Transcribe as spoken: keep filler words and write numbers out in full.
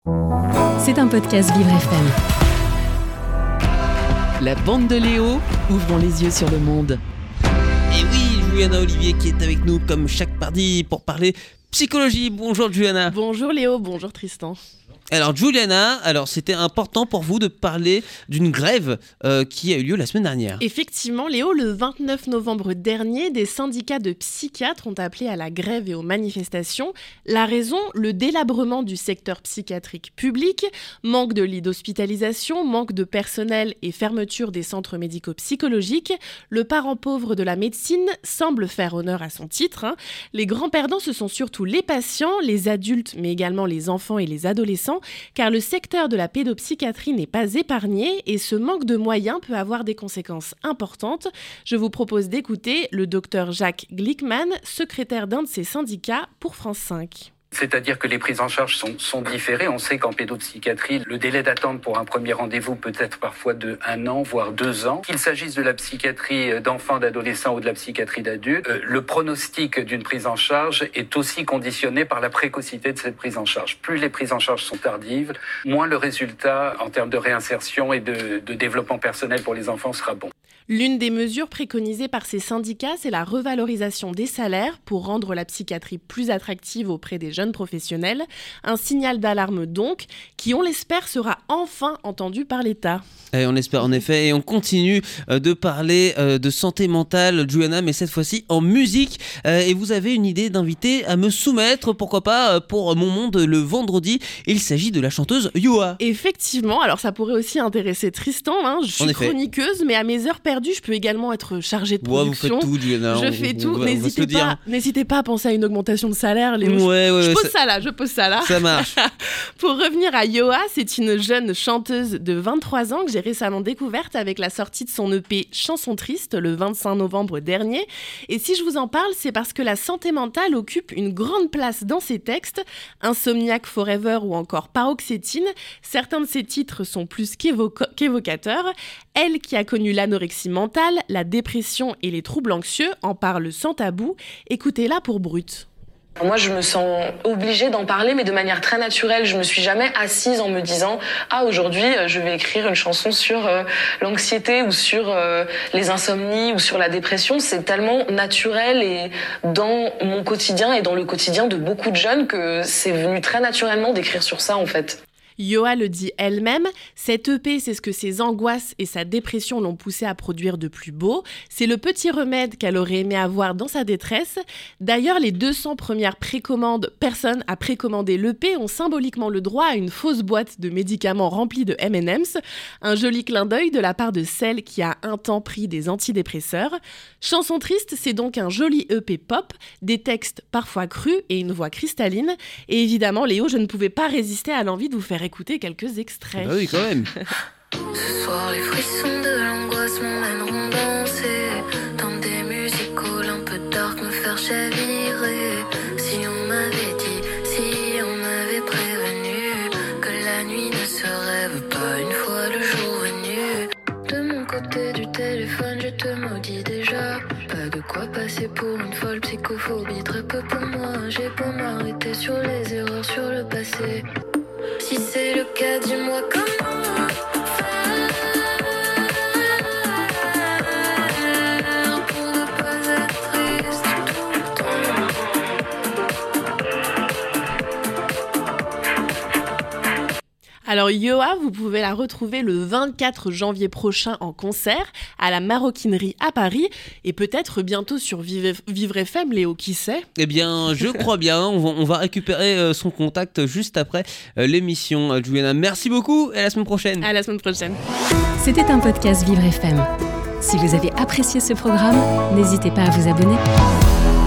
C'est un podcast Vivre F M. La bande de Léo, ouvrons les yeux sur le monde. Et oui, Juliana Olivier qui est avec nous comme chaque mardi pour parler psychologie. Bonjour Juliana. Bonjour Léo, bonjour Tristan. Alors Juliana, alors c'était important pour vous de parler d'une grève euh, qui a eu lieu la semaine dernière. Effectivement Léo, le vingt-neuf novembre dernier, des syndicats de psychiatres ont appelé à la grève et aux manifestations. La raison, le délabrement du secteur psychiatrique public, manque de lits d'hospitalisation, manque de personnel et fermeture des centres médico-psychologiques. Le parent pauvre de la médecine semble faire honneur à son titre. Hein. Les grands perdants, ce sont surtout les patients, les adultes, mais également les enfants et les adolescents, car le secteur de la pédopsychiatrie n'est pas épargné et ce manque de moyens peut avoir des conséquences importantes. Je vous propose d'écouter le docteur Jacques Glickman, secrétaire d'un de ces syndicats pour France cinq. C'est-à-dire que les prises en charge sont, sont différées. On sait qu'en pédopsychiatrie, le délai d'attente pour un premier rendez-vous peut être parfois de un an, voire deux ans. Qu'il s'agisse de la psychiatrie d'enfants, d'adolescents ou de la psychiatrie d'adultes, euh, le pronostic d'une prise en charge est aussi conditionné par la précocité de cette prise en charge. Plus les prises en charge sont tardives, moins le résultat en termes de réinsertion et de, de développement personnel pour les enfants sera bon. L'une des mesures préconisées par ces syndicats, c'est la revalorisation des salaires pour rendre la psychiatrie plus attractive auprès des jeunes professionnels. Un signal d'alarme donc, qui on l'espère sera enfin entendu par l'État. Et on espère en effet, et on continue euh, de parler euh, de santé mentale, Juliana, mais cette fois-ci en musique. Euh, et vous avez une idée d'invité à me soumettre, pourquoi pas, euh, pour Mon Monde le vendredi. Il s'agit de la chanteuse Yoa. Effectivement, alors ça pourrait aussi intéresser Tristan. Hein. Je suis chroniqueuse, mais à mes heures perdues, je peux également être chargée de production. Ouais, vous faites tout, Juliana. Je on, fais on, tout. on, on n'hésitez, pas, n'hésitez pas à penser à une augmentation de salaire. Les... Ouais, ouais, je ouais, pose ça... ça là, je pose ça là. Ça marche. Pour revenir à Yoa, c'est une jeune chanteuse de vingt-trois ans que j'ai récemment découverte avec la sortie de son E P Chanson Triste le vingt-cinq novembre dernier. Et si je vous en parle, c'est parce que la santé mentale occupe une grande place dans ses textes. Insomniac Forever ou encore Paroxétine. Certains de ses titres sont plus qu'évoca- qu'évocateurs. Elle qui a connu l'anorexie mentale, la dépression et les troubles anxieux en parle sans tabou. Écoutez-la pour Brut. Moi, je me sens obligée d'en parler, mais de manière très naturelle. Je me suis jamais assise en me disant « Ah, aujourd'hui, je vais écrire une chanson sur euh, l'anxiété ou sur euh, les insomnies ou sur la dépression ». C'est tellement naturel et dans mon quotidien et dans le quotidien de beaucoup de jeunes que c'est venu très naturellement d'écrire sur ça, en fait. Yoa le dit elle-même, cette E P, c'est ce que ses angoisses et sa dépression l'ont poussée à produire de plus beau. C'est le petit remède qu'elle aurait aimé avoir dans sa détresse. D'ailleurs, les deux cents premières précommandes, personnes à précommander l'E P ont symboliquement le droit à une fausse boîte de médicaments remplie de M and M's. Un joli clin d'œil de la part de celle qui a un temps pris des antidépresseurs. Chanson Triste, c'est donc un joli E P pop, des textes parfois crus et une voix cristalline. Et évidemment, Léo, je ne pouvais pas résister à l'envie de vous faire écouter quelques extraits. Bah oui, quand même. Ce soir, les frissons de l'angoisse m'emmèneront danser dans des musiques cool un peu dark, me faire chavirer. Si on m'avait dit, si on m'avait prévenu que la nuit ne se rêve pas une fois le jour venu. De mon côté du téléphone, je te maudis déjà. Pas de quoi passer pour une folle psychophobie, très peu pour moi. J'ai beau m'arrêter sur les erreurs, sur le passé. Si c'est le cas, dis-moi comment faire pour ne pas être triste tout le temps. Alors Yoa, vous pouvez la retrouver le vingt-quatre janvier prochain en concert à la Maroquinerie à Paris et peut-être bientôt sur Vivre, Vivre F M, Léo, qui sait ? Eh bien, je crois bien. On va, on va récupérer euh, son contact juste après euh, l'émission. Euh, Juliana, merci beaucoup et à la semaine prochaine. À la semaine prochaine. C'était un podcast Vivre F M. Si vous avez apprécié ce programme, n'hésitez pas à vous abonner.